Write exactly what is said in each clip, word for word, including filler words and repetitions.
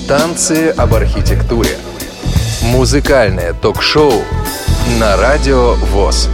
Танцы об архитектуре. Музыкальное ток-шоу на Радио ВОС.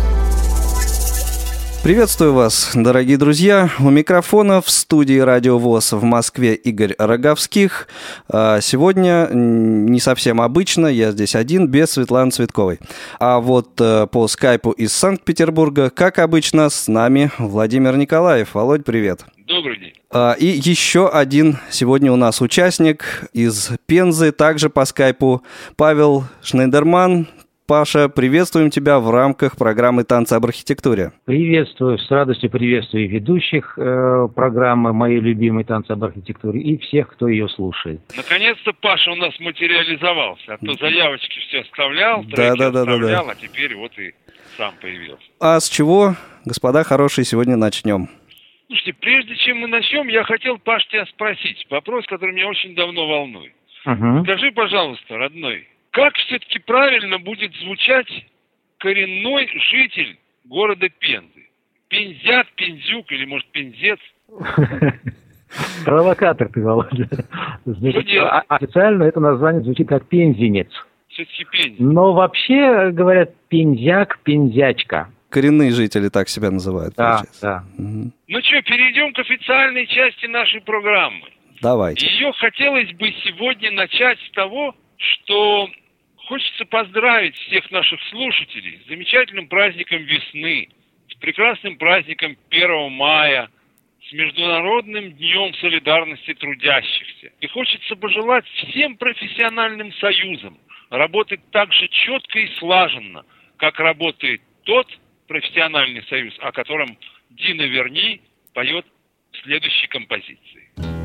Приветствую вас, дорогие друзья. У микрофона в студии Радио ВОС в Москве Игорь Роговских. Сегодня не совсем обычно, я здесь один, без Светланы Цветковой. А вот по скайпу из Санкт-Петербурга, как обычно, с нами Владимир Николаев. Володь, привет. Добрый день. И еще один сегодня у нас участник из Пензы, также по скайпу, Павел Шнейдерман. Паша, приветствуем тебя в рамках программы «Танцы об архитектуре». Приветствую, с радостью приветствую ведущих э, программы «Мои любимые танцы об архитектуре» и всех, кто ее слушает. Наконец-то Паша у нас материализовался, а то заявочки все оставлял, да, треки да, да, оставлял, да, да. А теперь вот и сам появился. А с чего, господа хорошие, сегодня начнем? Слушайте, прежде чем мы начнем, я хотел, Паш, тебя спросить вопрос, который меня очень давно волнует. Угу. Скажи, пожалуйста, родной, как все-таки правильно будет звучать коренной житель города Пензы? Пензяк, пензюк или, может, пензец? Провокатор ты, Володя. Значит, официально это название звучит как пензенец. Все-таки пензенец. Но вообще говорят пензяк, пензячка. Коренные жители так себя называют, да, получается. Да. Угу. Ну что, перейдем к официальной части нашей программы. Давайте. Ее хотелось бы сегодня начать с того, что хочется поздравить всех наших слушателей с замечательным праздником весны, с прекрасным праздником первого мая, с Международным днем солидарности трудящихся. И хочется пожелать всем профессиональным союзам работать так же четко и слаженно, как работает тот профессиональный союз, о котором Дина Верни поет в следующей композиции.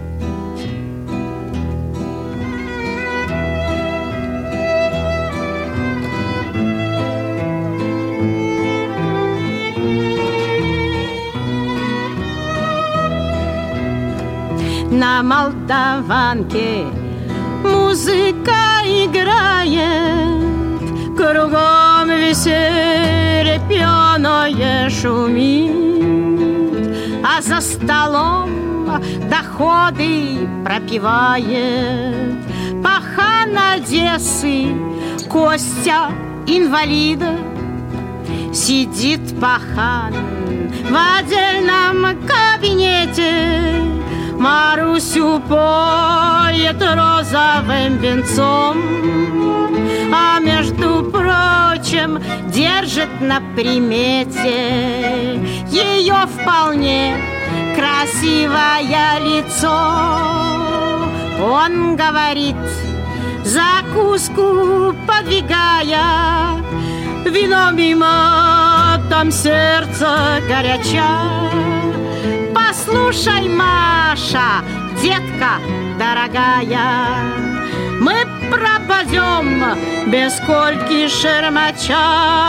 На молдаванке музыка играет, кругом веселье пьяное шумит, а за столом доходы пропивает пахан Одессы Костя инвалида. Сидит пахан в отдельном кабинете, Марусю поет розовым венцом, а между прочим держит на примете ее вполне красивое лицо. Он говорит, закуску подвигая, вино мимо, там сердце горяча. Послушай, Маша, детка дорогая, мы пропадем без Кольки Шермача.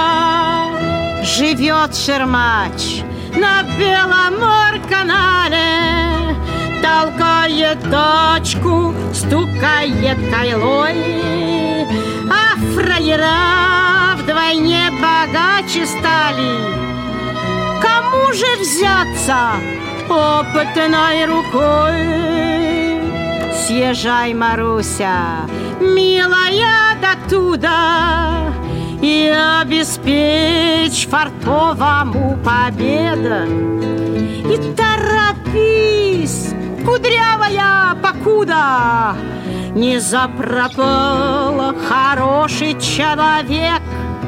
Живет Шермач на Беломор-канале, толкает тачку, стукает кайлой, а фраера вдвойне богаче стали. Кому же взяться опытной рукой? Съезжай, Маруся, милая, дотуда, и обеспечь фартовому победа. И торопись, кудрявая, покуда не запропал хороший человек.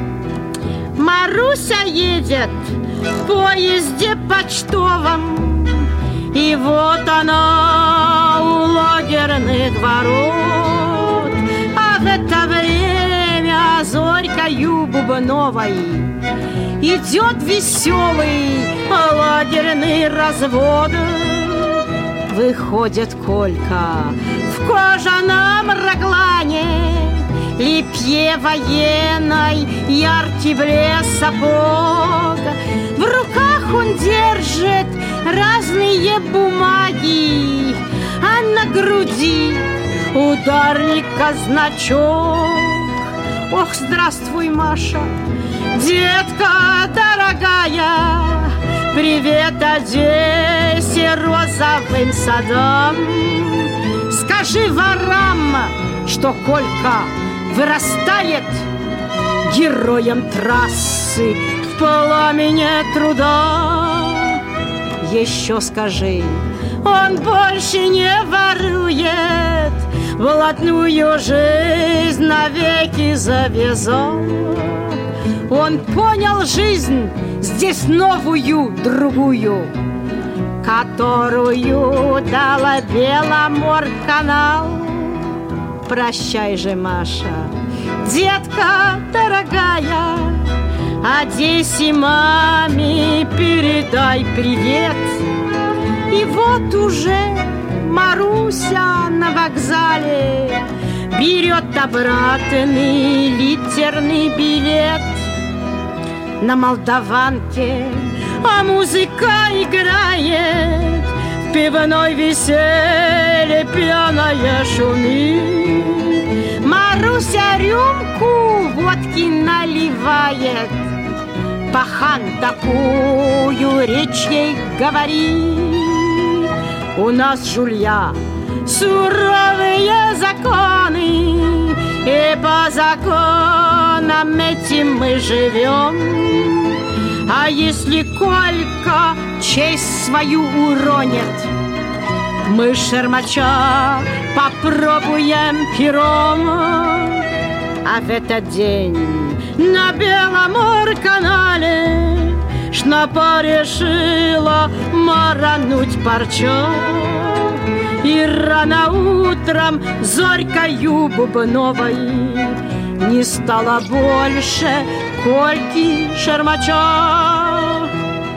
Маруся едет в поезде почтовом, и вот она у лагерных ворот, а в это время зорькою бубновой идет веселый лагерный развод. Выходит Колька в кожаном роглане, липье военной и артиблес сапог. В руках он держит разные бумаги, а на груди ударника значок. Ох, здравствуй, Маша, детка дорогая, привет Одессе розовым садам. Скажи, скажи ворам, что Колька вырастает героем трассы в пламени труда. Еще скажи, он больше не ворует, блатную жизнь навеки завязал. Он понял жизнь здесь новую, другую, которую дала Беломорканал. Прощай же, Маша, детка дорогая, Одессе маме передай привет. И вот уже Маруся на вокзале берет обратный литерный билет. На молдаванке, а музыка играет, в пивной веселье пьяная шумит. Маруся рюмку водки наливает, пахан такую речь ей говорит. У нас, жулья, суровые законы, и по законам этим мы живем. А если Колька честь свою уронит, мы шермача попробуем пером. А в этот день на Беломорканале Шнапа решила марануть парча. И рано утром зорькою бубновой не стало больше Кольки шермача.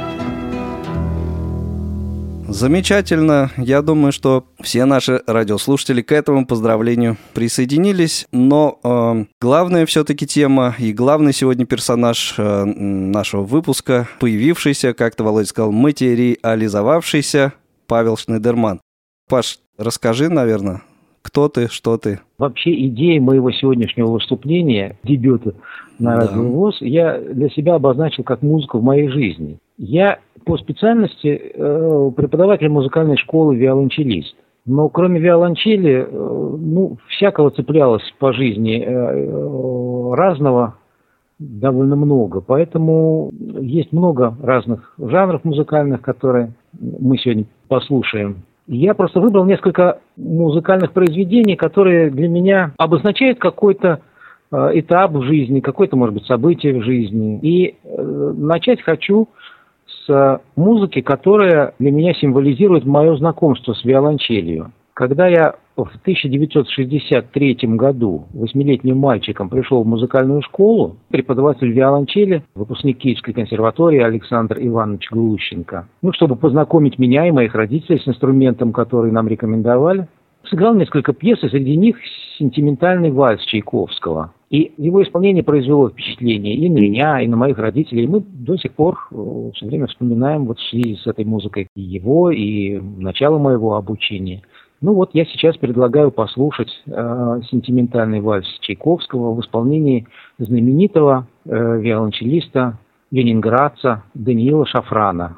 Замечательно. Я думаю, что все наши радиослушатели к этому поздравлению присоединились. Но э, главная все-таки тема и главный сегодня персонаж э, нашего выпуска, появившийся, как-то Володя сказал, материализовавшийся Павел Шнайдерман. Паш, расскажи, наверное, кто ты, что ты? Вообще идея моего сегодняшнего выступления, дебюта на да. Радио ВОС, я для себя обозначил как музыку в моей жизни. Я по специальности э, преподаватель музыкальной школы, виолончелист. Но кроме виолончели, э, ну, всякого цеплялось по жизни э, э, разного довольно много. Поэтому есть много разных жанров музыкальных, которые мы сегодня послушаем. Я просто выбрал несколько музыкальных произведений, которые для меня обозначают какой-то э, этап в жизни, какое-то, может быть, событие в жизни. И э, начать хочу с музыки, которая для меня символизирует мое знакомство с виолончелью. Когда я в тысяча девятьсот шестьдесят третьем году восьмилетним мальчиком пришел в музыкальную школу, преподаватель виолончели, выпускник Киевской консерватории Александр Иванович Глущенко, ну, чтобы познакомить меня и моих родителей с инструментом, который нам рекомендовали, сыграл несколько пьес, и среди них «Сентиментальный вальс» Чайковского. И его исполнение произвело впечатление и на меня, и на моих родителей. И мы до сих пор все время вспоминаем вот в связи с этой музыкой и его, и начало моего обучения. Ну вот я сейчас предлагаю послушать э, «Сентиментальный вальс» Чайковского в исполнении знаменитого э, виолончелиста, ленинградца Даниила Шафрана.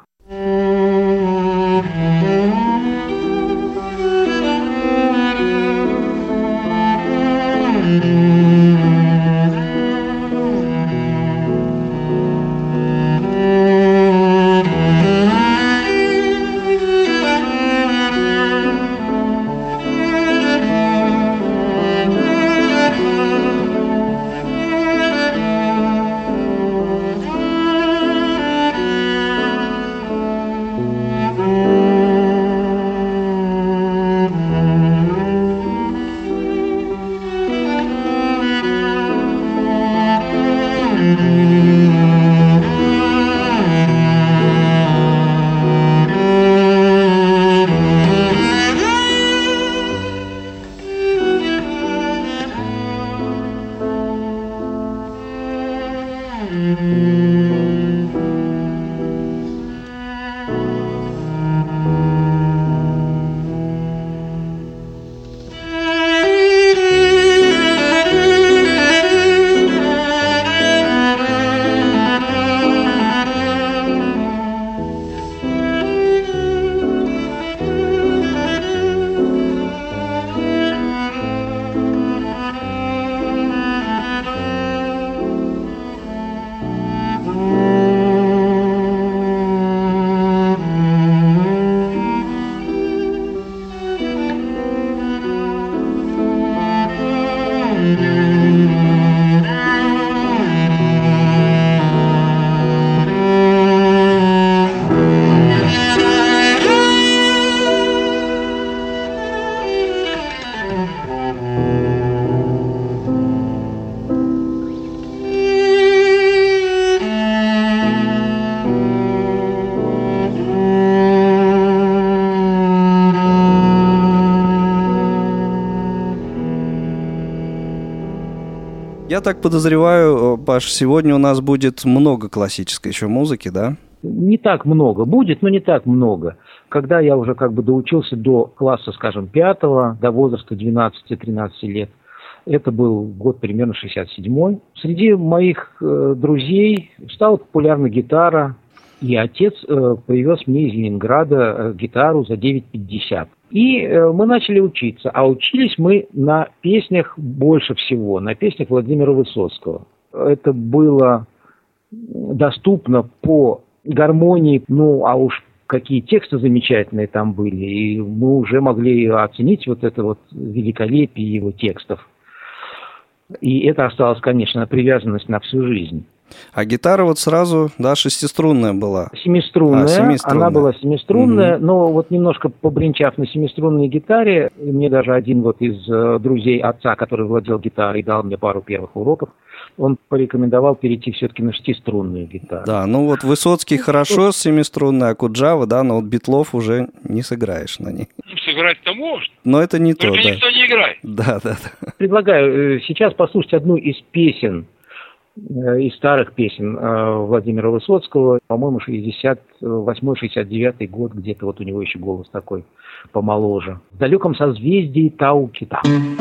Я так подозреваю, Паш, сегодня у нас будет много классической еще музыки, да? Не так много. Будет, но не так много. Когда я уже как бы доучился до класса, скажем, пятого, до возраста двенадцати-тринадцати лет, это был год примерно шестьдесят седьмой. Среди моих э, друзей стала популярна гитара, и отец э, привез мне из Ленинграда э, гитару за девять пятьдесят. И э, мы начали учиться. А учились мы на песнях больше всего, на песнях Владимира Высоцкого. Это было доступно по гармонии, ну, а уж какие тексты замечательные там были, и мы уже могли оценить вот это вот великолепие его текстов. И это осталось, конечно, привязанность на всю жизнь. А гитара вот сразу, да, шестиструнная была? Семиструнная, а, семиструнная. Она была семиструнная, угу. но вот немножко побренчав на семиструнной гитаре, мне даже один вот из э, друзей отца, который владел гитарой, дал мне пару первых уроков, он порекомендовал перейти все-таки на шестиструнную гитару. Да, ну вот Высоцкий хорошо с семиструнной, а Куджава, да, но вот Битлов уже не сыграешь на ней. Ну, сыграть-то можно. Но это не Только то, да. никто не играет. Да, да, да. Предлагаю сейчас послушать одну из песен, из старых песен Владимира Высоцкого, по-моему, шестьдесят восьмой шестьдесят девятый год, где-то вот у него еще голос такой помоложе. В далеком созвездии Тау-Кита.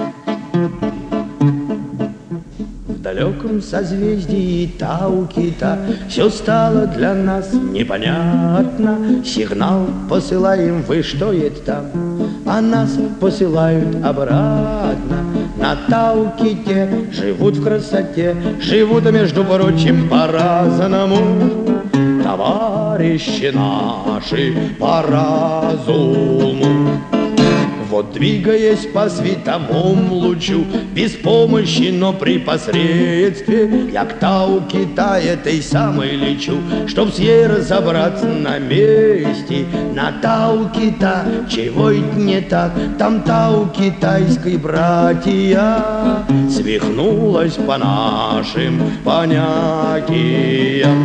В далеком созвездии Тау-Кита все стало для нас непонятно. Сигнал посылаем, вы что это там? А нас посылают обратно. На Тау-Ките живут в красоте, живут, между прочим, по-разному. Товарищи наши по разуму. Вот двигаясь по световому лучу, без помощи, но при посредстве, я к Тау-Кита этой самой лечу, чтоб с ей разобраться на месте. На Тау-Кита, чего это не так, там Тау-Китайской братья свихнулась по нашим понятиям.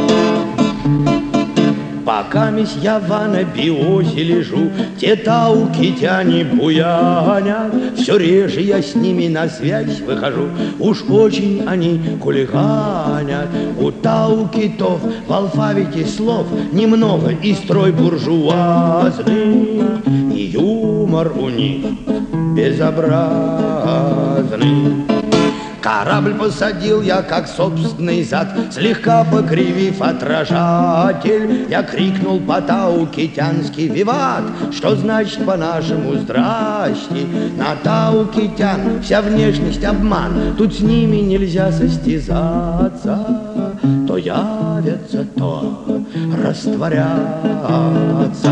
Пока мись я в анабиозе лежу, те тау-китяне буянят, все реже я с ними на связь выхожу, уж очень они хулиганят. У тау-китов в алфавите слов немного, и строй буржуазный, и юмор у них безобразный. Корабль посадил я, как собственный зад, слегка покривив отражатель. Я крикнул по-тау-китянски «Виват!», что значит по-нашему «Здрасте!». На тау-китян вся внешность обман, тут с ними нельзя состязаться. То явятся, то растворятся.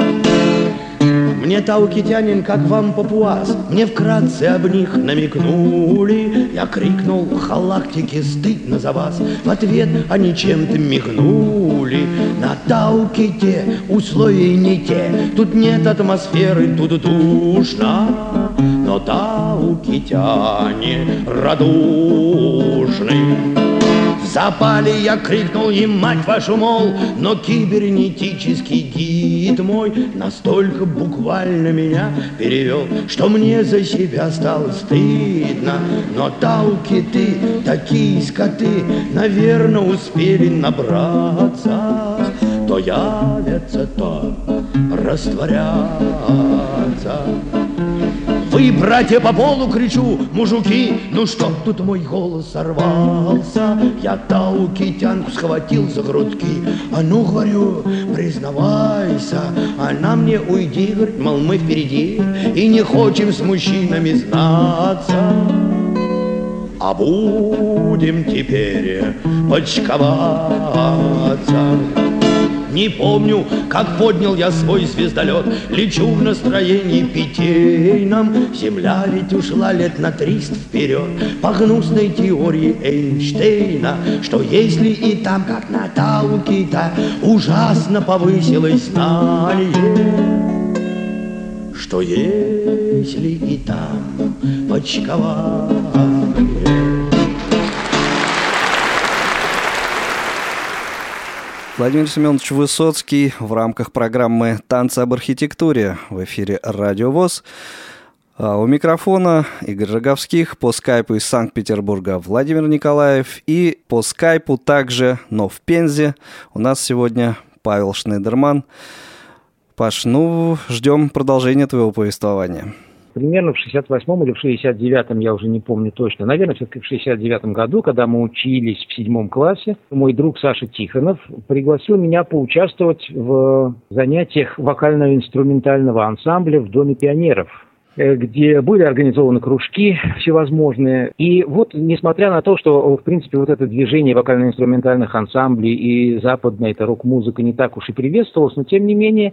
Мне тау-китянин, как вам папуас, мне вкратце об них намекнули. Я крикнул «Халактики, стыдно за вас!», в ответ они чем-то мигнули. На Тау-Ките условия не те, тут нет атмосферы, тут душно, но тау-китяне радушны. В запале я крикнул им «Мать вашу, мол!», но кибернетический гид мой настолько буквально меня перевел, что мне за себя стало стыдно. Но тау-киты, такие скоты, наверное, успели набраться. То явятся, то растворятся. Вы, братья, по полу, кричу, мужики, ну что тут мой голос сорвался? Я тау-китянку схватил за грудки, а ну, говорю, признавайся. Она мне уйди, говорит, мол, мы впереди и не хотим с мужчинами знаться. А будем теперь почковаться. Не помню, как поднял я свой звездолет, лечу в настроении питейном. Земля ведь ушла лет на триста вперед по гнусной теории Эйнштейна, что если и там, как на Тау-Кита, ужасно повысилось знание, что если и там почкование. Владимир Семенович Высоцкий в рамках программы «Танцы об архитектуре» в эфире Радио ВОС. У микрофона Игорь Роговских, по скайпу из Санкт-Петербурга Владимир Николаев и по скайпу также, но в Пензе у нас сегодня Павел Шнейдерман. Паш, ну, ждем продолжения твоего повествования. Примерно в шестьдесят восьмом или в шестьдесят девятом, я уже не помню точно, наверное, все-таки в шестьдесят девятом году, когда мы учились в седьмом классе, мой друг Саша Тихонов пригласил меня поучаствовать в занятиях вокально-инструментального ансамбля в Доме пионеров, где были организованы кружки всевозможные. И вот, несмотря на то, что, в принципе, вот это движение вокально-инструментальных ансамблей и западная эта рок-музыка не так уж и приветствовалась, но, тем не менее,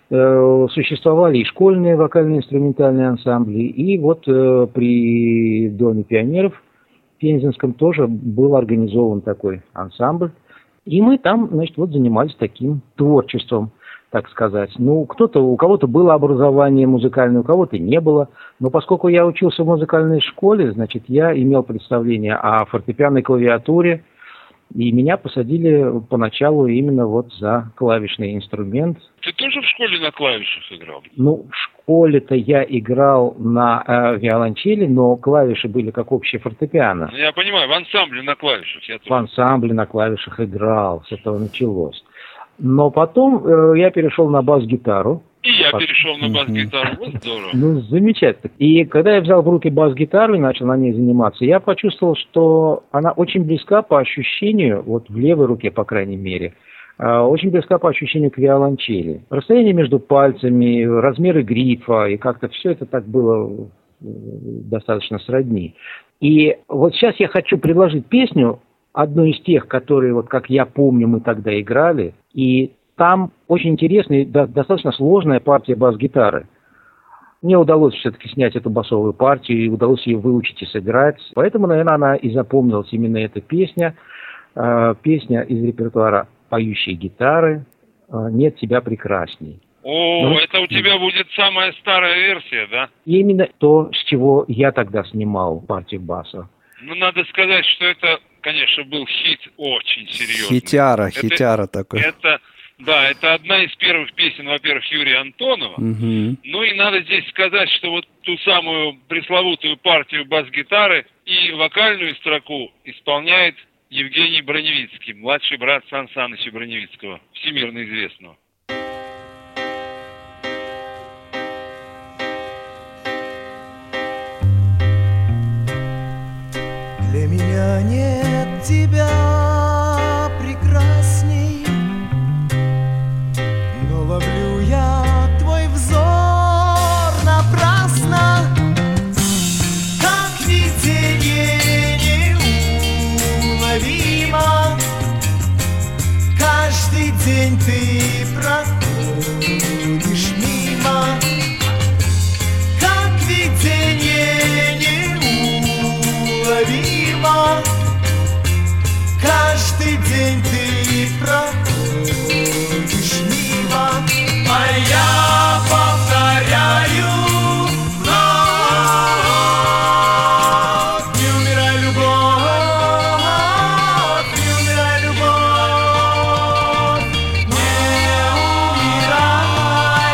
существовали и школьные вокально-инструментальные ансамбли, и вот э, при Доме пионеров Пензенском тоже был организован такой ансамбль, и мы там, значит, вот занимались таким творчеством, так сказать. Ну, кто-то, у кого-то было образование музыкальное, у кого-то не было, но поскольку я учился в музыкальной школе, значит, я имел представление о фортепианной клавиатуре, и меня посадили поначалу именно вот за клавишный инструмент. Ты тоже в школе на клавишах играл? Ну, в школе-то я играл на э, виолончели, но клавиши были как общее фортепиано. Я понимаю, в ансамбле на клавишах. Я в ансамбле на клавишах играл, с этого началось. Но потом э, я перешел на бас-гитару. И я Под... перешел на бас-гитару, вот здорово. Ну, замечательно. И когда я взял в руки бас-гитару и начал на ней заниматься, я почувствовал, что она очень близка по ощущению, вот в левой руке, по крайней мере, очень близка по ощущению к виолончели. Расстояние между пальцами, размеры грифа, и как-то все это так было достаточно сродни. И вот сейчас я хочу предложить песню, одну из тех, которые, вот как я помню, мы тогда играли, и там очень интересная и достаточно сложная партия бас-гитары. Мне удалось все-таки снять эту басовую партию, и удалось ее выучить и сыграть. Поэтому, наверное, она и запомнилась именно эта песня. Э, песня из репертуара «Поющие гитары» «Нет тебя прекрасней». О, ну, это у тебя будет самая старая версия, да? Именно то, с чего я тогда снимал партию баса. Ну, надо сказать, что это, конечно, был хит очень серьезный. Хитяра, это, хитяра такой. Это... Да, это одна из первых песен, во-первых, Юрия Антонова. Угу. Ну и надо здесь сказать, что вот ту самую пресловутую партию бас-гитары и вокальную строку исполняет Евгений Броневицкий, младший брат Сан Саныча Броневицкого, всемирно известного. Для меня нет тебя прекрасней, но ловлю я твой взор напрасно, как видение неуловимо. Каждый день ты проходишь мимо, как видение неуловимо. Каждый день ты проходишь мимо, а я повторяю вновь: не умирай, любовь, не умирай, любовь, не умирай,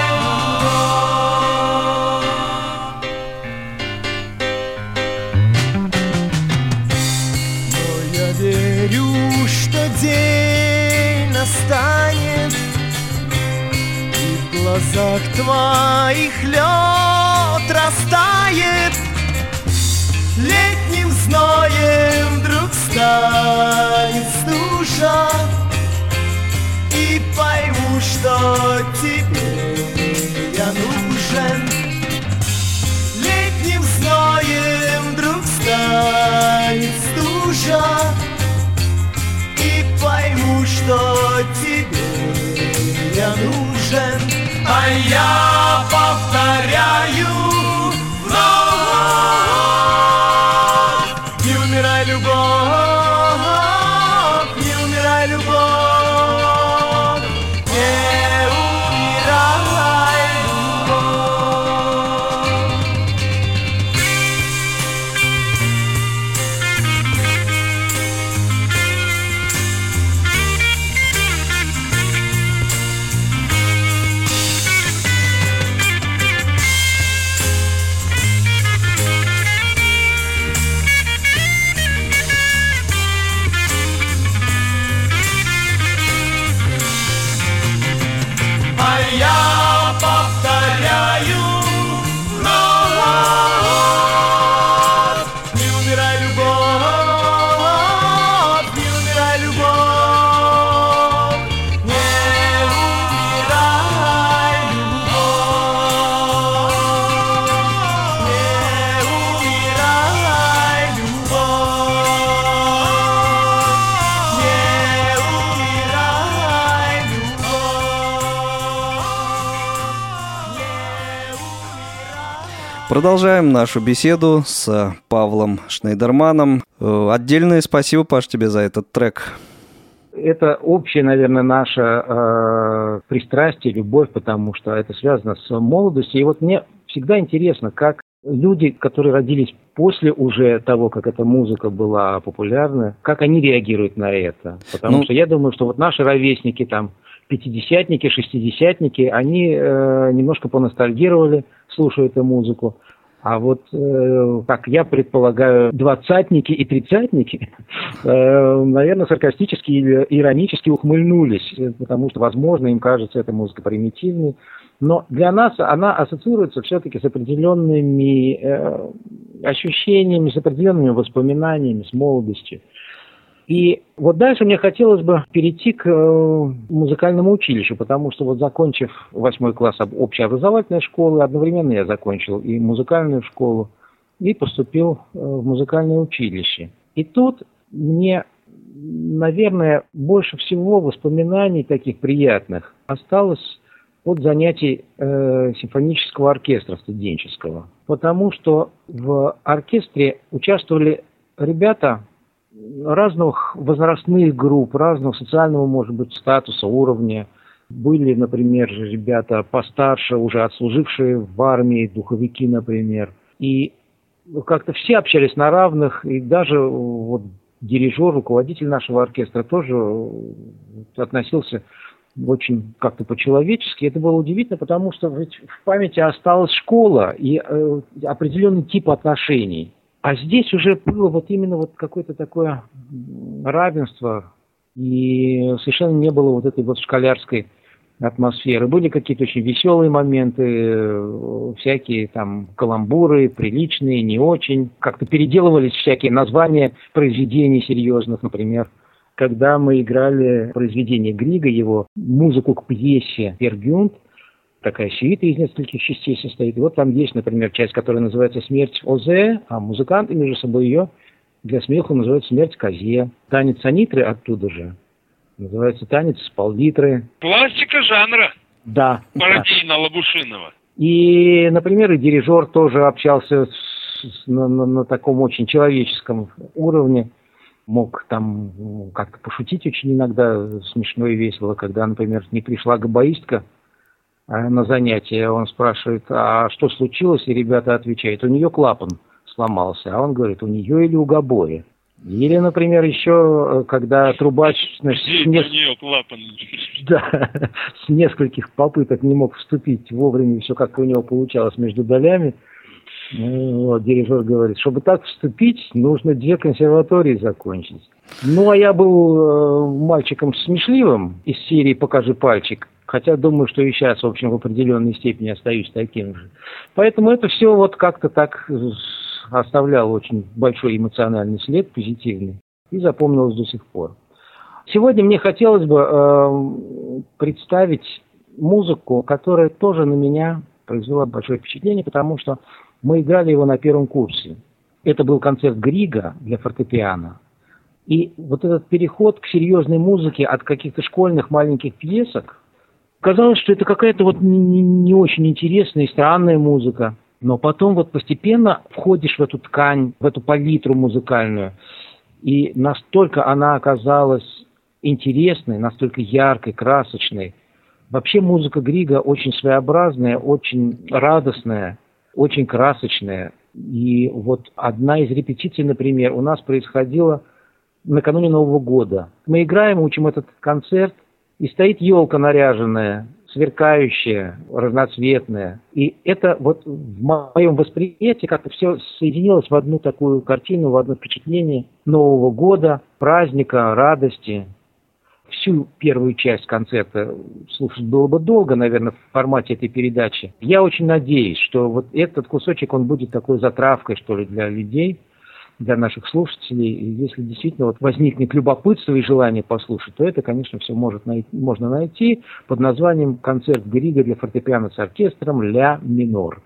любовь. Но я верю, что день настанет, и в глазах твоих лед растает, летним зноем вдруг станет стужа, и пойму, что тебе я нужен. Летним зноем вдруг станет стужа, и пойму, что тебе я нужен, а я повторяю вновь: не умирай, любовь, не умирай, любовь, не умирай, любовь. Продолжаем нашу беседу с Павлом Шнейдерманом. Отдельное спасибо, Паш, тебе за этот трек. Это общее, наверное, наше э, пристрастие, любовь, потому что это связано с молодостью. И вот мне всегда интересно, как люди, которые родились после уже того, как эта музыка была популярна, как они реагируют на это. Потому ну... что я думаю, что вот наши ровесники, там, пятидесятники, шестидесятники, они э, немножко поностальгировали, слушая эту музыку. А вот, э, как я предполагаю, двадцатники и тридцатники, э, наверное, саркастически или иронически ухмыльнулись, потому что, возможно, им кажется эта музыка примитивной. Но для нас она ассоциируется все-таки с определенными э, ощущениями, с определенными воспоминаниями, с молодостью. И вот дальше мне хотелось бы перейти к музыкальному училищу, потому что вот закончив восьмой класс общеобразовательной школы, одновременно я закончил и музыкальную школу, и поступил в музыкальное училище. И тут мне, наверное, больше всего воспоминаний таких приятных осталось от занятий э, симфонического оркестра студенческого, потому что в оркестре участвовали ребята разных возрастных групп, разного социального, может быть, статуса, уровня. Были, например, ребята постарше, уже отслужившие в армии, духовики, например. И как-то все общались на равных, и даже вот дирижер, руководитель нашего оркестра тоже относился очень как-то по-человечески. Это было удивительно, потому что ведь в памяти осталась школа и э, определенный тип отношений. А здесь уже было вот именно вот какое-то такое равенство, и совершенно не было вот этой вот школярской атмосферы. Были какие-то очень веселые моменты, всякие там каламбуры, приличные, не очень. Как-то переделывались всякие названия произведений серьезных, например. Когда мы играли произведение Грига, его музыку к пьесе «Пер Гюнд», такая сюита из нескольких частей состоит. И вот там есть, например, часть, которая называется «Смерть Озе», а музыканты между собой ее для смеху называют «Смерть Козе». Танец Анитры оттуда же называется «Танец Пол-литры». Классика жанра. Да. Пародийно Лабушинова. И, например, и дирижер тоже общался с, на, на, на таком очень человеческом уровне. Мог там ну, как-то пошутить очень иногда смешно и весело, когда, например, не пришла габаистка на занятие, он спрашивает, а что случилось, и ребята отвечают, у нее клапан сломался, а он говорит, у нее или у гобоя. Или, например, еще, когда трубач значит, с, не... да, с нескольких попыток не мог вступить вовремя, все как у него получалось между долями, вот, дирижер говорит, чтобы так вступить, нужно две консерватории закончить. Ну, а я был э, мальчиком смешливым из серии «Покажи пальчик», хотя думаю, что и сейчас, в общем, в определенной степени остаюсь таким же. Поэтому это все вот как-то так оставляло очень большой эмоциональный след, позитивный, и запомнилось до сих пор. Сегодня мне хотелось бы э, представить музыку, которая тоже на меня произвела большое впечатление, потому что мы играли его на первом курсе. Это был концерт Грига для фортепиано. И вот этот переход к серьезной музыке от каких-то школьных маленьких пьесок, казалось, что это какая-то вот не, не очень интересная и странная музыка. Но потом вот постепенно входишь в эту ткань, в эту палитру музыкальную. И настолько она оказалась интересной, настолько яркой, красочной. Вообще музыка Грига очень своеобразная, очень радостная, очень красочная. И вот одна из репетиций, например, у нас происходила накануне Нового года. Мы играем, учим этот концерт, и стоит елка наряженная, сверкающая, разноцветная. И это вот в моем восприятии как-то все соединилось в одну такую картину, в одно впечатление Нового года, праздника, радости. Всю первую часть концерта слушать было бы долго, наверное, в формате этой передачи. Я очень надеюсь, что вот этот кусочек, он будет такой затравкой, что ли, для людей, для наших слушателей. И если действительно вот возникнет любопытство и желание послушать, то это, конечно, все может найти, можно найти под названием «Концерт Грига для фортепиано с оркестром ля минор».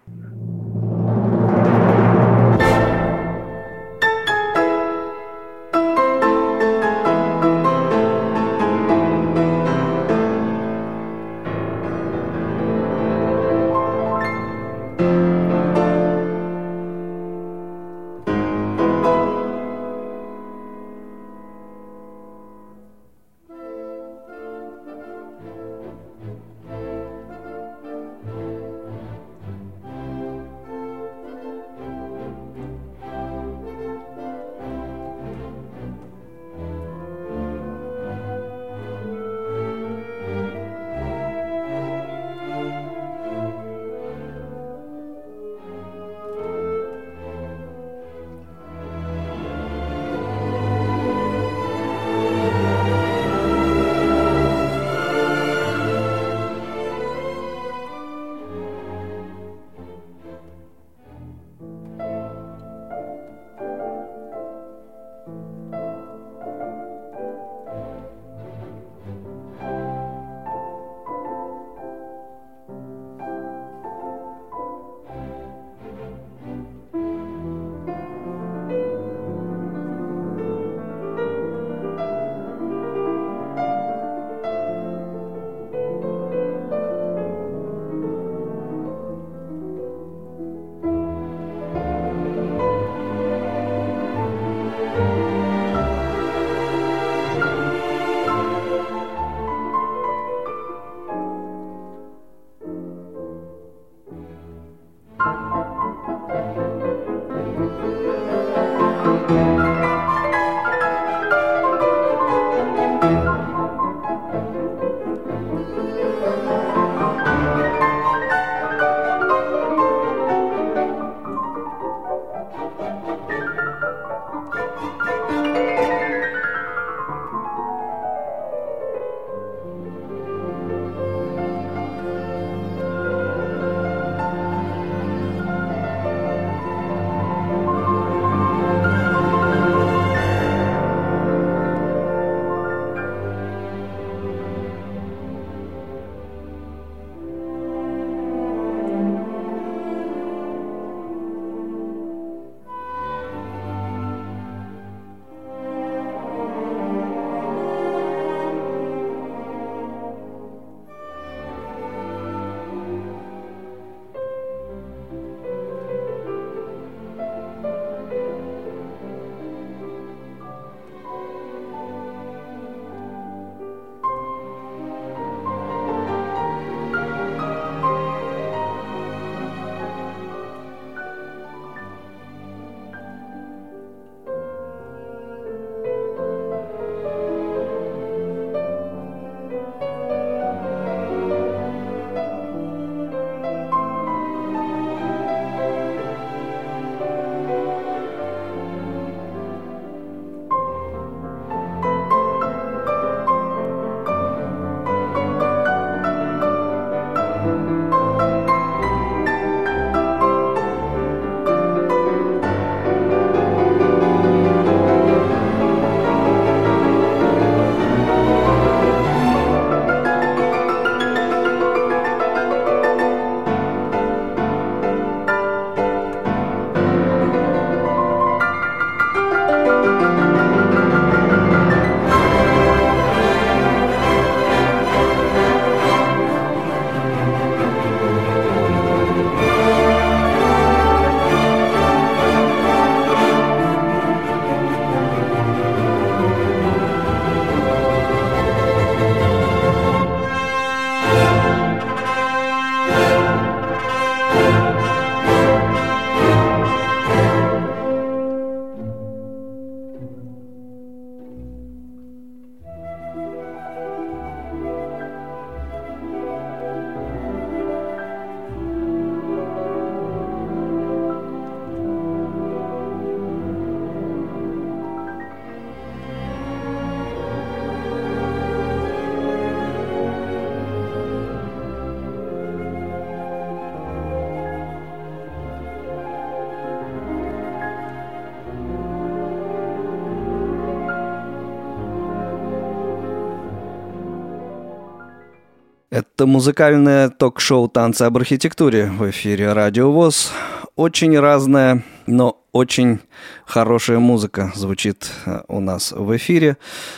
Это музыкальное ток-шоу «Танцы об архитектуре» в эфире Радио ВОС. Очень разная, но очень хорошая музыка звучит у нас в эфире.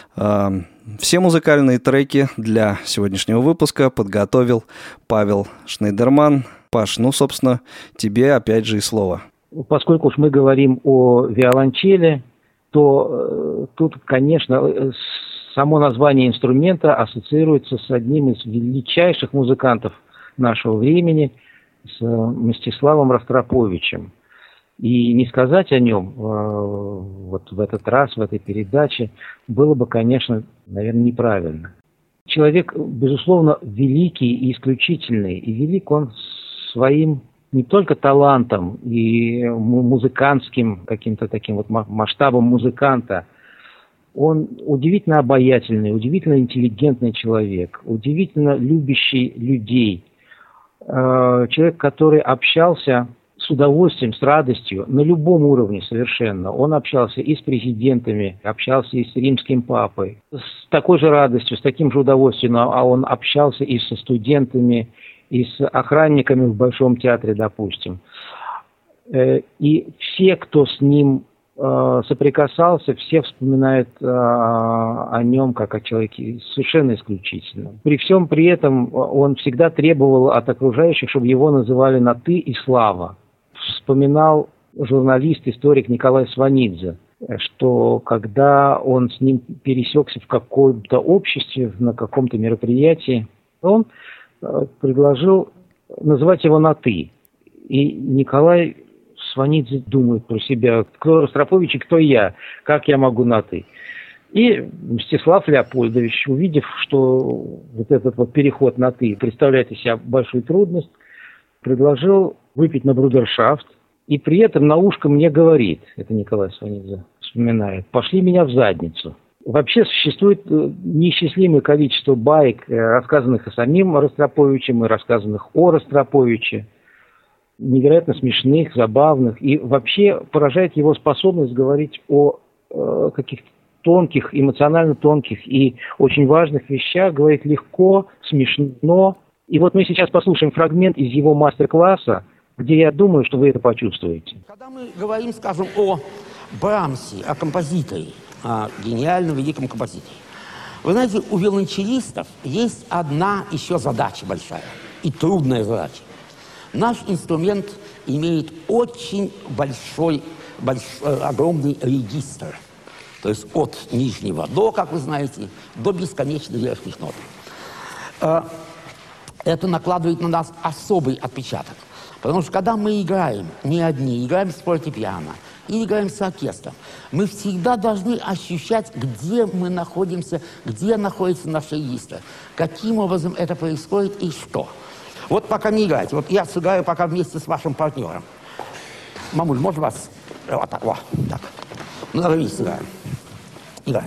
Все музыкальные треки для сегодняшнего выпуска подготовил Павел Шнейдерман. Паш, ну, собственно, тебе опять же и слово. Поскольку уж мы говорим о виолончели, то тут, конечно, само название инструмента ассоциируется с одним из величайших музыкантов нашего времени, с Мстиславом Ростроповичем. И не сказать о нем вот в этот раз, в этой передаче, было бы, конечно, наверное, неправильно. Человек, безусловно, великий и исключительный. И велик он своим не только талантом и музыкантским каким-то таким вот масштабом музыканта. Он удивительно обаятельный, удивительно интеллигентный человек, удивительно любящий людей. Человек, который общался с удовольствием, с радостью, на любом уровне совершенно. Он общался и с президентами, общался и с римским папой. С такой же радостью, с таким же удовольствием, а он общался и со студентами, и с охранниками в Большом театре, допустим. И все, кто с ним соприкасался, все вспоминают о нем как о человеке совершенно исключительном. При всем при этом он всегда требовал от окружающих, чтобы его называли на «ты» и «слава». Вспоминал журналист, историк Николай Сванидзе, что когда он с ним пересекся в каком-то обществе, на каком-то мероприятии, он предложил называть его на «ты». И Николай Сванидзе думает про себя, кто Ростропович и кто я, как я могу на «ты». И Мстислав Леопольдович, увидев, что вот этот вот переход на «ты» представляет из себя большую трудность, предложил выпить на брудершафт, и при этом на ушко мне говорит, это Николай Сванидзе вспоминает, «пошли меня в задницу». Вообще существует неисчислимое количество баек, рассказанных и самим Ростроповичем, и рассказанных о Ростроповиче, невероятно смешных, забавных, и вообще поражает его способность говорить о э, каких-то тонких, эмоционально тонких и очень важных вещах, говорить легко, смешно. И вот мы сейчас послушаем фрагмент из его мастер-класса, где я думаю, что вы это почувствуете. Когда мы говорим, скажем, о Брамсе, о композиторе, о гениальном великом композиторе, вы знаете, у виолончелистов есть одна еще задача большая и трудная задача. Наш инструмент имеет очень большой, большой огромный регистр. То есть от нижнего до, как вы знаете, до бесконечно верхних нот. Это накладывает на нас особый отпечаток. Потому что когда мы играем не одни, играем с фортепиано и играем с оркестром, мы всегда должны ощущать, где мы находимся, где находится наш регистр, каким образом это происходит и что. Вот пока не играйте. Вот я сыграю пока вместе с вашим партнером. Мамуль, можно вас? Вот так, вот, так. Ну, давай вместе сыграем. Играем.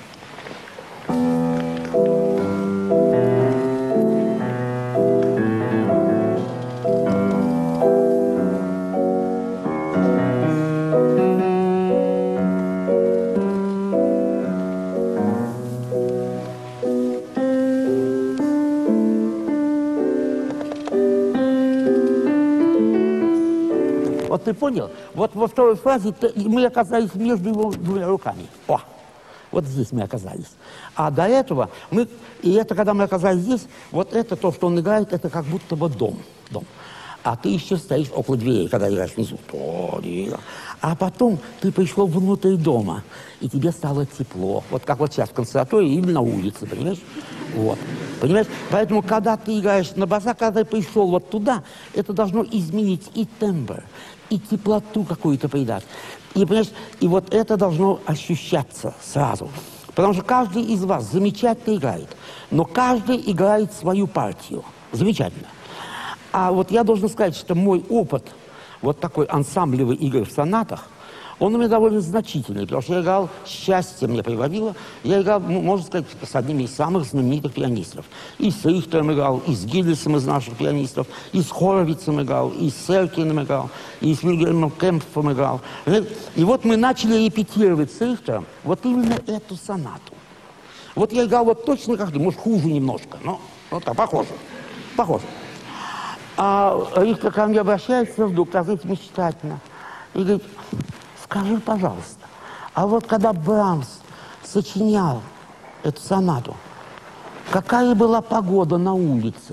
Вот ты понял? Вот во второй фразе мы оказались между его двумя руками. О! Вот здесь мы оказались. А до этого мы... И это, когда мы оказались здесь, вот это то, что он играет, это как будто бы дом. дом. А ты еще стоишь около дверей, когда играешь внизу. А потом ты пришел внутрь дома, и тебе стало тепло. Вот как вот сейчас в консерватории или на улице, понимаешь? Вот. Понимаешь? Поэтому, когда ты играешь на басах, когда ты пришел вот туда, это должно изменить и тембр, и теплоту какую-то придать. И, понимаешь, и вот это должно ощущаться сразу. Потому что каждый из вас замечательно играет, но каждый играет свою партию. Замечательно. А вот я должен сказать, что мой опыт вот такой ансамблевой игры в сонатах, он у меня довольно значительный, потому что я играл, счастье мне приводило, я играл, можно сказать, с одними из самых знаменитых пианистов. И с Рихтером играл, и с Гильдесом из наших пианистов, и с Хоровицем играл, и с Серкиным играл, и с Вильгельмом Кемпфом играл. И вот мы начали репетировать с Рихтером вот именно эту сонату. Вот я играл вот точно как ты, может, хуже немножко, но вот так, похоже, похоже. А Рихтер ко мне обращается вдруг, так знаете, мечтательно, и говорит: скажи, пожалуйста, а вот когда Брамс сочинял эту сонату, какая была погода на улице?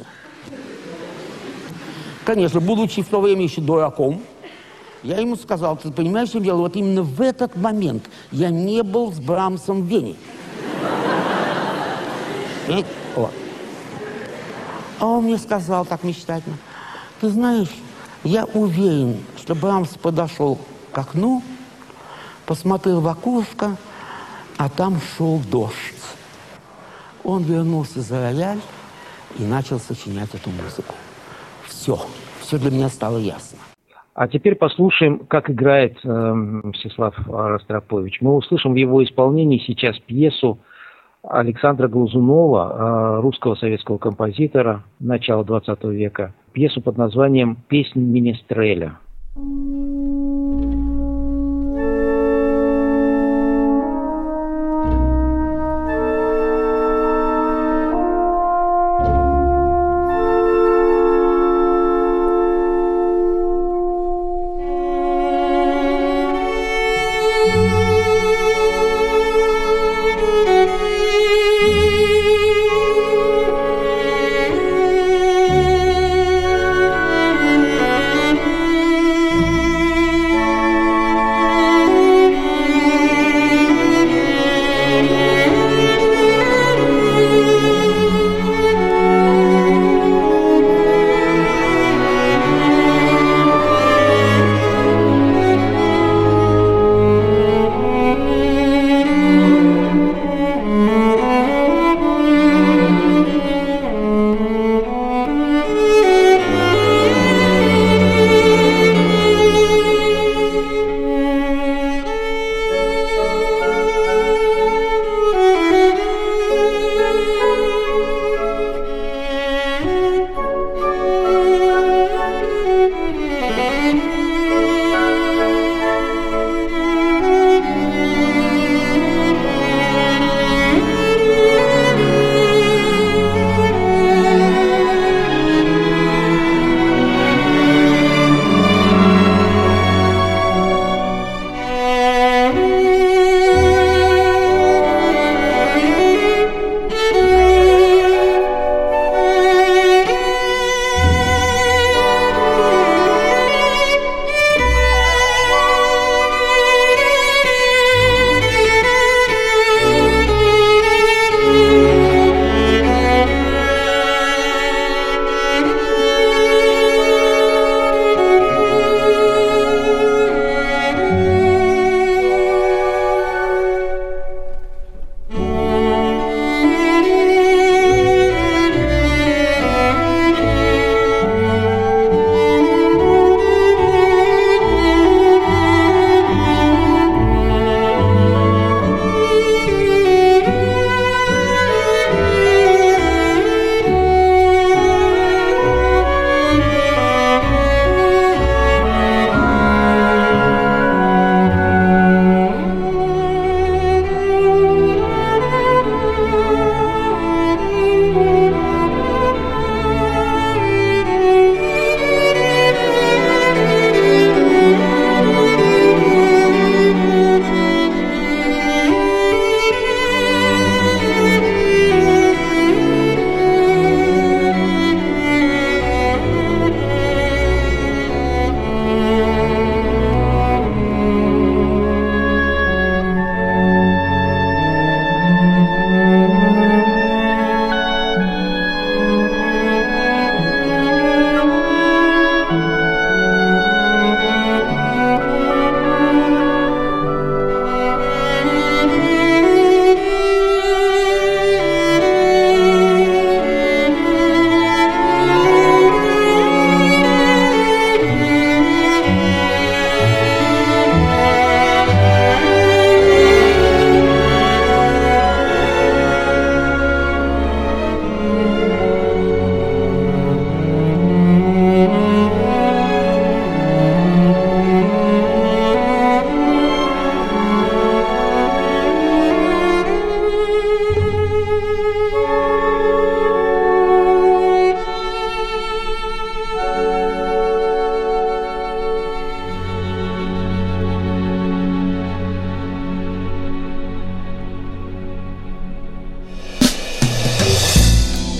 Конечно, будучи в то время еще дураком, я ему сказал: ты понимаешь, что дело, вот именно в этот момент я не был с Брамсом в Вене. Вот. А он мне сказал так мечтательно: ты знаешь, я уверен, что Брамс подошел к окну, посмотрел в окошко, а там шел дождь. Он вернулся за рояль и начал сочинять эту музыку. Все, все для меня стало ясно. А теперь послушаем, как играет э, Мстислав Ростропович. Мы услышим в его исполнении сейчас пьесу Александра Глазунова, э, русского советского композитора начала двадцатого века, пьесу под названием «Песнь Менестреля». Thank you.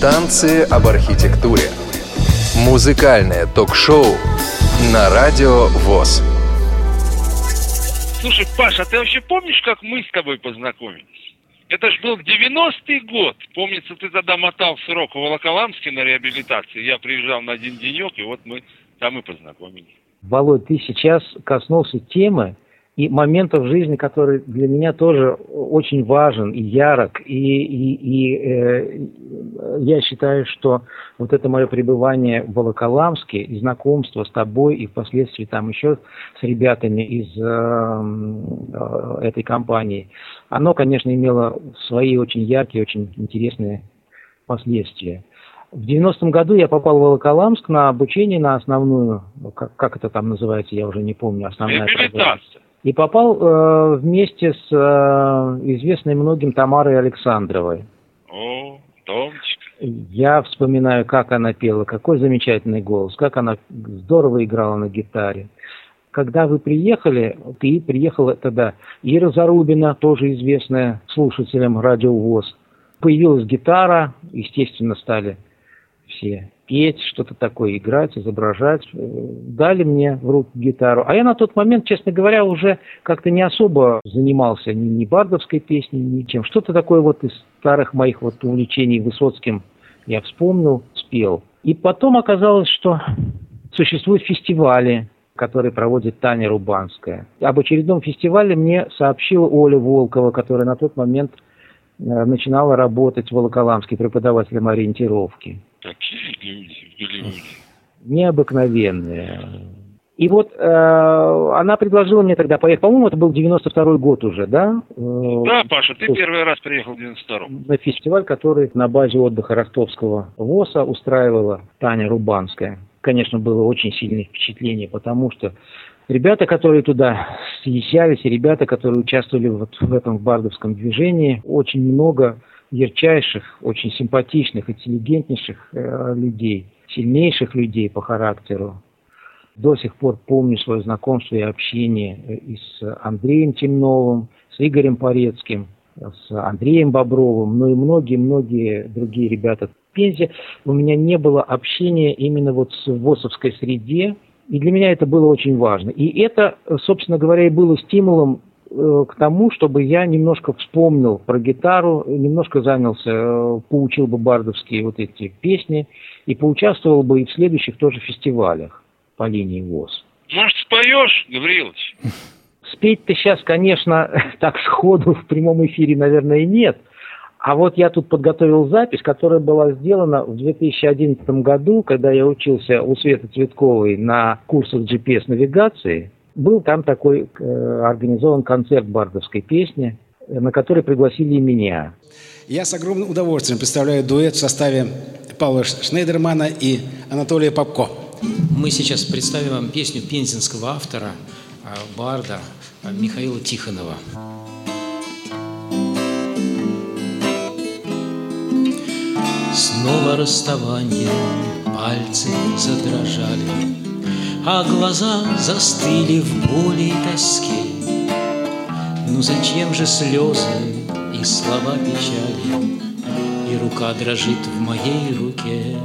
Танцы об архитектуре. Музыкальное ток-шоу на Радио ВОС. Слушай, Паша, а ты вообще помнишь, как мы с тобой познакомились? Это ж был девяностый год. Помнится, ты тогда мотал срок в Волоколамске на реабилитации. Я приезжал на один денек, и вот мы там и познакомились. Володь, ты сейчас коснулся темы и моментов в жизни, который для меня тоже очень важен и ярок. И, и, и э, я считаю, что вот это мое пребывание в Волоколамске и знакомство с тобой, и впоследствии там еще с ребятами из э, э, этой компании, оно, конечно, имело свои очень яркие, очень интересные последствия. В девяностом году я попал в Волоколамск на обучение, на основную, как, как это там называется, я уже не помню, основная программа. И попал э, вместе с э, известной многим Тамарой Александровой. О, Томочка. Я вспоминаю, как она пела, какой замечательный голос, как она здорово играла на гитаре. Когда вы приехали, ты приехала тогда, Ира Зарубина, тоже известная слушателям Радио ВОС. Появилась гитара, естественно, стали все петь, что-то такое играть, изображать. Дали мне в руки гитару. А я на тот момент, честно говоря, уже как-то не особо занимался ни, ни бардовской песней, ни чем. Что-то такое вот из старых моих вот увлечений Высоцким я вспомнил, спел. И потом оказалось, что существуют фестивали, которые проводит Таня Рубанская. Об очередном фестивале мне сообщила Оля Волкова, которая на тот момент начинала работать в Волоколамске преподавателем ориентировки. Какие люди были люди. Необыкновенные. И вот э, она предложила мне тогда поехать, по-моему, это был девяносто второй год уже, да? Да, Паша, ты первый раз приехал в девяносто втором. На фестиваль, который на базе отдыха Ростовского ВОСа устраивала Таня Рубанская. Конечно, было очень сильное впечатление, потому что ребята, которые туда съезжались, и ребята, которые участвовали вот в этом бардовском движении, очень много ярчайших, очень симпатичных, интеллигентнейших э, людей, сильнейших людей по характеру. До сих пор помню свое знакомство и общение и с Андреем Темновым, с Игорем Порецким, с Андреем Бобровым, но и многие-многие другие ребята. В Пензе у меня не было общения именно вот с ВОСовской среде, и для меня это было очень важно. И это, собственно говоря, и было стимулом э, к тому, чтобы я немножко вспомнил про гитару, немножко занялся, э, поучил бы бардовские вот эти песни и поучаствовал бы и в следующих тоже фестивалях по линии ВОС. Может, споешь, Гаврилович? Спеть-то сейчас, конечно, так сходу в прямом эфире, наверное, нет. А вот я тут подготовил запись, которая была сделана в две тысячи одиннадцатом году, когда я учился у Светы Цветковой на курсах джи пи эс-навигации. Был там такой э, организован концерт бардовской песни, на который пригласили и меня. Я с огромным удовольствием представляю дуэт в составе Павла Шнейдермана и Анатолия Попко. Мы сейчас представим вам песню пензенского автора, барда Михаила Тихонова. Снова расставание, пальцы задрожали, а глаза застыли в боли и тоске. Ну зачем же слезы и слова печали, и рука дрожит в моей руке?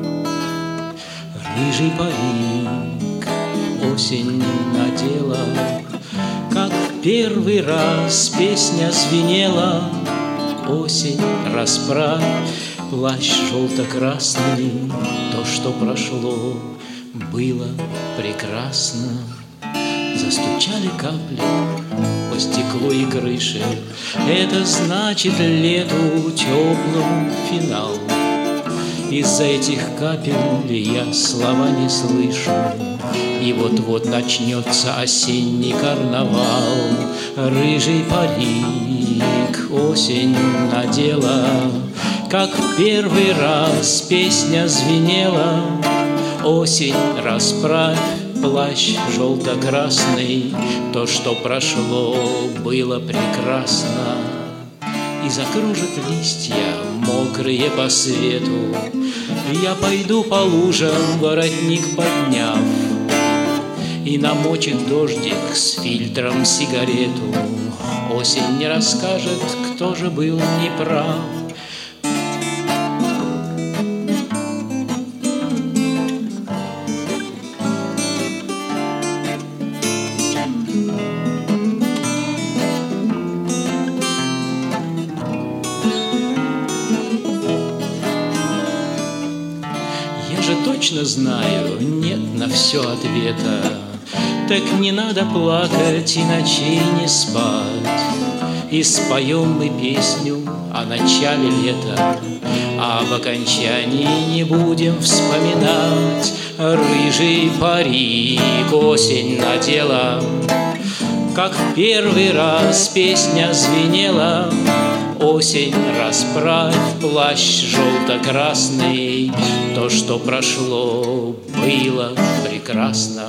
Рыжий парик осень надела, как в первый раз песня звенела. Осень, расправь плащ желто-красный, то, что прошло, было прекрасно. Застучали капли по стеклу и крыше, это значит лету теплому финал. Из-за этих капель я слова не слышу, и вот-вот начнется осенний карнавал. Рыжий парик осень надела, как в первый раз песня звенела. Осень, расправь плащ желто-красный, то, что прошло, было прекрасно. И закружат листья, мокрые по свету, я пойду по лужам, воротник подняв, и намочит дождик с фильтром сигарету. Осень не расскажет, кто же был неправ. точно знаю, нет на все ответа. Так не надо плакать и ночей не спать, и споем мы песню о начале лета, а об окончании не будем вспоминать. Рыжий парик осень надела, как в первый раз песня звенела. Осень, расправь плащ желто-красный, то, что прошло, было прекрасно.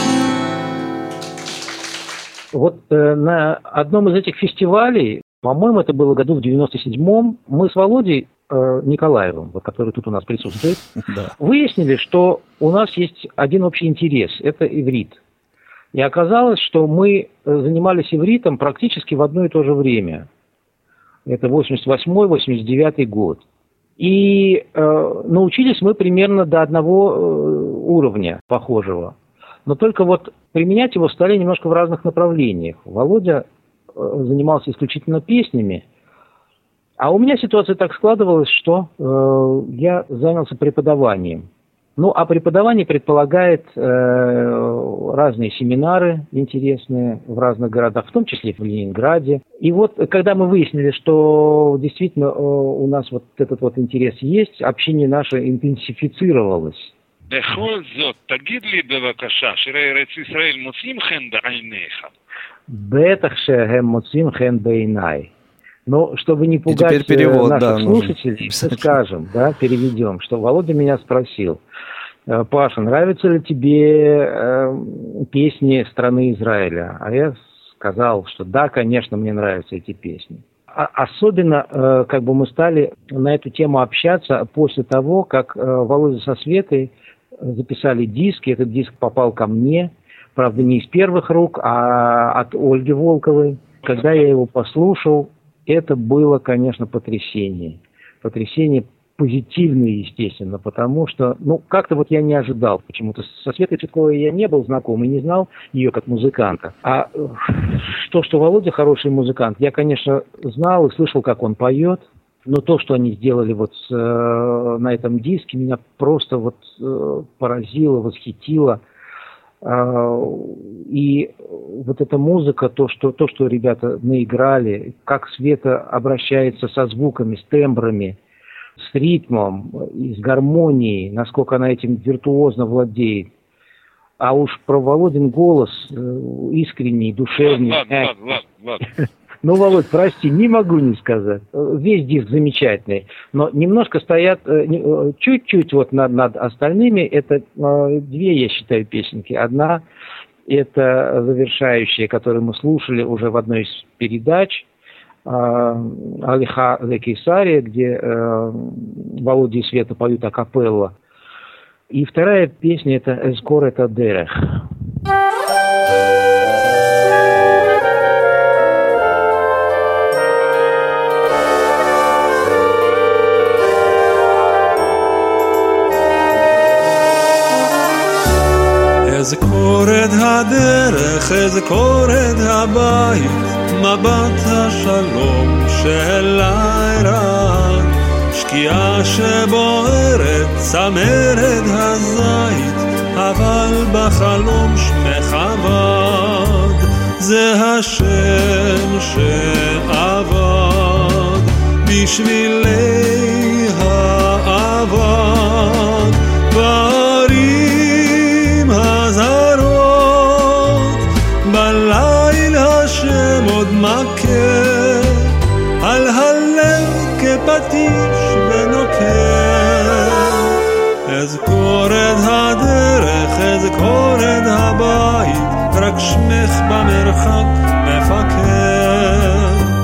Вот э, на одном из этих фестивалей, по-моему, это было году в девяносто седьмом, мы с Володей э, Николаевым, вот, который тут у нас присутствует, выяснили, что у нас есть один общий интерес – это иврит. И оказалось, что мы занимались ивритом практически в одно и то же время. Это восемьдесят восьмой — восемьдесят девятый год. И э, научились мы примерно до одного э, уровня похожего. Но только вот применять его стали немножко в разных направлениях. Володя э, занимался исключительно песнями, а у меня ситуация так складывалась, что э, я занялся преподаванием. Ну, а преподавание предполагает э, разные семинары интересные в разных городах, в том числе в Ленинграде. И вот, когда мы выяснили, что действительно э, у нас вот этот вот интерес есть, общение наше интенсифицировалось. בכל זאת, תגיד לי בבקשה, שירי ארץ ישראל מוצאים חן בעיניך. בטח שהם מוצאים חן בעיניי. Но чтобы не пугать перевод, наших да, слушателей, скажем, да, переведем, что Володя меня спросил: Паша, нравятся ли тебе э, песни страны Израиля? А я сказал, что да, конечно, мне нравятся эти песни. А особенно, э, как бы мы стали на эту тему общаться после того, как э, Володя со Светой записали диск, и этот диск попал ко мне, правда, не из первых рук, а от Ольги Волковой. Когда я его послушал, это было, конечно, потрясение. Потрясение позитивное, естественно, потому что, ну, как-то вот я не ожидал. Почему-то со Светой Цветковой я не был знаком и не знал ее как музыканта. А то, что Володя хороший музыкант, я, конечно, знал и слышал, как он поет. Но то, что они сделали вот с, э, на этом диске, меня просто вот э, поразило, восхитило. И вот эта музыка, то что, то, что ребята наиграли, как Света обращается со звуками, с тембрами, с ритмом, и с гармонией, насколько она этим виртуозно владеет. А уж про Володин голос искренний, душевный. Ладно, ладно, ладно, ладно. Ну, Володь, прости, не могу не сказать. Весь диск замечательный, но немножко стоят чуть-чуть вот над, над остальными. Это две, я считаю, песенки. Одна – это завершающая, которую мы слушали уже в одной из передач, «Алиха ле Кейсария», где Володя и Света поют акапелла. И вторая песня – это «Эзкор эт адерех». אזכור את הדרך, אזכור את הבית, מבט השלום שאליי רעד, שקיעה שבוערת, צמרת הזית, אבל בחלום שמך עבד, זה השם שעבד, בשבילי העבד, בערים הזרות, בליל השם עוד מכה, על הלב כפטיש ונוקר. אזכור את הדרך, אזכור את הבית, רק שמך במרחק מפקר.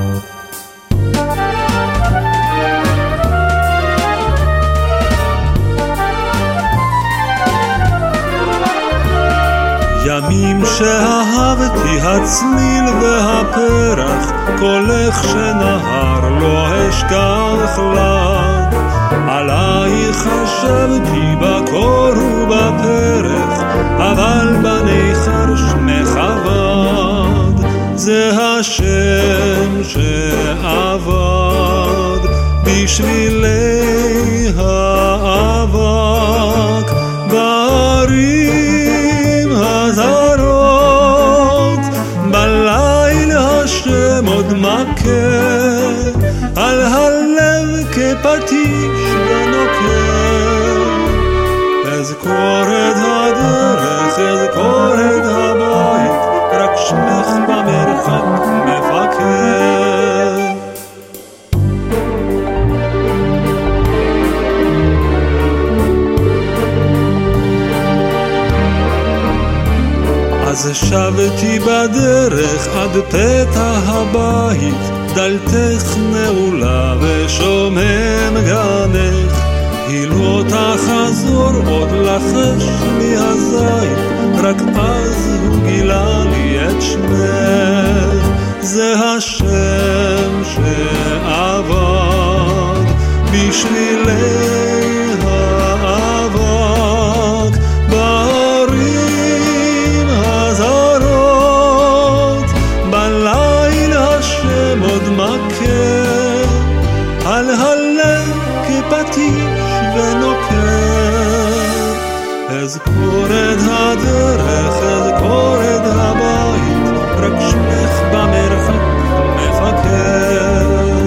ימים שאהבתי הצליל והפרח, קולך שנהר לא אשכח לך. עלייך חשבתי בקור ובפרח, אבל בניכר שמך עבד, זה השם שעבד בשבילי האבק. כפטיש ונוקר. אזכור את הדרך, אזכור את הבית, רק שמך במרחק מפקר. אז שבתי בדרך עד פתח הבית, דלתך נעולה ושומם גנך, היא לא תחזור עוד לחש לי הזית, רק אז הוא גילה לי את שמך. זה השם שעבד בשבילי האבק בערים הזרות, בלילה השם עוד מכה על הלב כפטיש ונוקר. אזכור את הדרך, אזכור את הבית, רק שמך במרחק מפקר.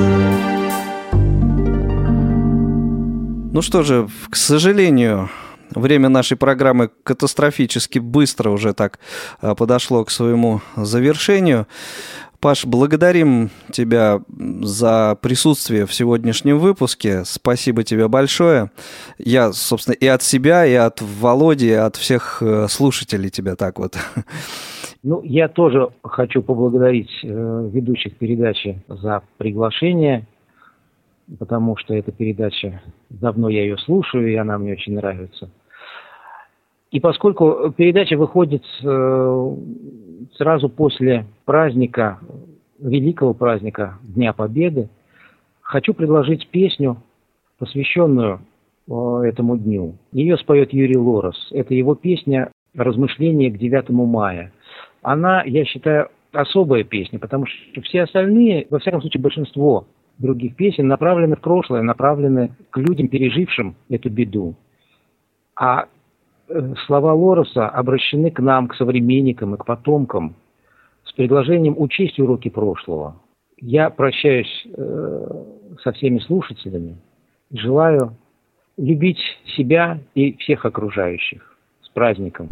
Ну что же, к сожалению, время нашей программы катастрофически быстро уже так подошло к своему завершению. Паш, благодарим тебя за присутствие в сегодняшнем выпуске. Спасибо тебе большое. Я, собственно, и от себя, и от Володи, и от всех слушателей тебя так вот. Ну, я тоже хочу поблагодарить э, ведущих передачи за приглашение, потому что эта передача, давно я ее слушаю, и она мне очень нравится. И поскольку передача выходит э, сразу после праздника, великого праздника Дня Победы, хочу предложить песню, посвященную э, этому дню. Ее споет Юрий Лорос. Это его песня «Размышления к девятому мая». Она, я считаю, особая песня, потому что все остальные, во всяком случае большинство других песен, направлены в прошлое, направлены к людям, пережившим эту беду. А слова Лороса обращены к нам, к современникам и к потомкам с предложением учесть уроки прошлого. Я прощаюсь э, со всеми слушателями, желаю любить себя и всех окружающих. С праздником!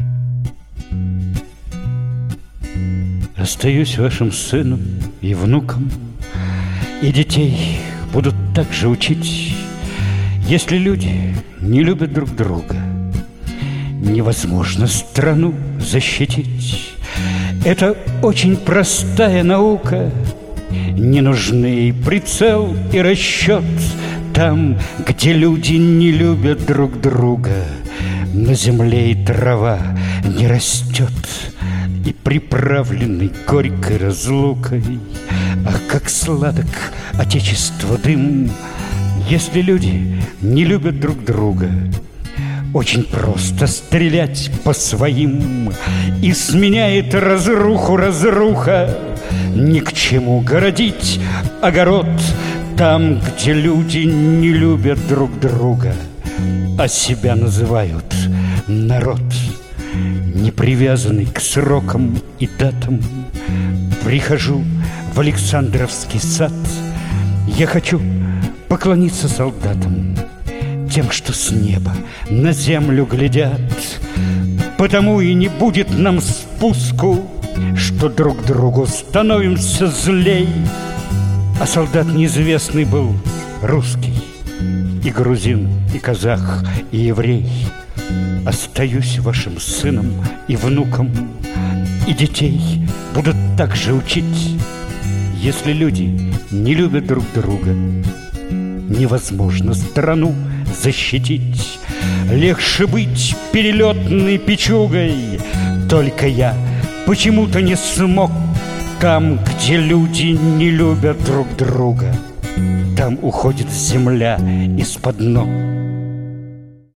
Остаюсь вашим сыном и внуком, и детей будут так же учить. Если люди не любят друг друга, невозможно страну защитить. Это очень простая наука. Не нужны и прицел, и расчет. Там, где люди не любят друг друга, на земле и трава не растет. И приправленный горькой разлукой, ах, как сладок отечество дым. Если люди не любят друг друга, очень просто стрелять по своим, и сменяет разруху разруха. Ни к чему городить огород там, где люди не любят друг друга, а себя называют народ. Не привязанный к срокам и датам, прихожу в Александровский сад. Я хочу поклониться солдатам, тем, что с неба на землю глядят. Потому и не будет нам спуску, что друг другу становимся злей. А солдат неизвестный был русский, и грузин, и казах, и еврей. Остаюсь вашим сыном и внуком, и детей будут так же учить. Если люди не любят друг друга, невозможно страну защитить. Легче быть перелетной печугой, только я почему-то не смог. Там, где люди не любят друг друга, там уходит земля из-под ног.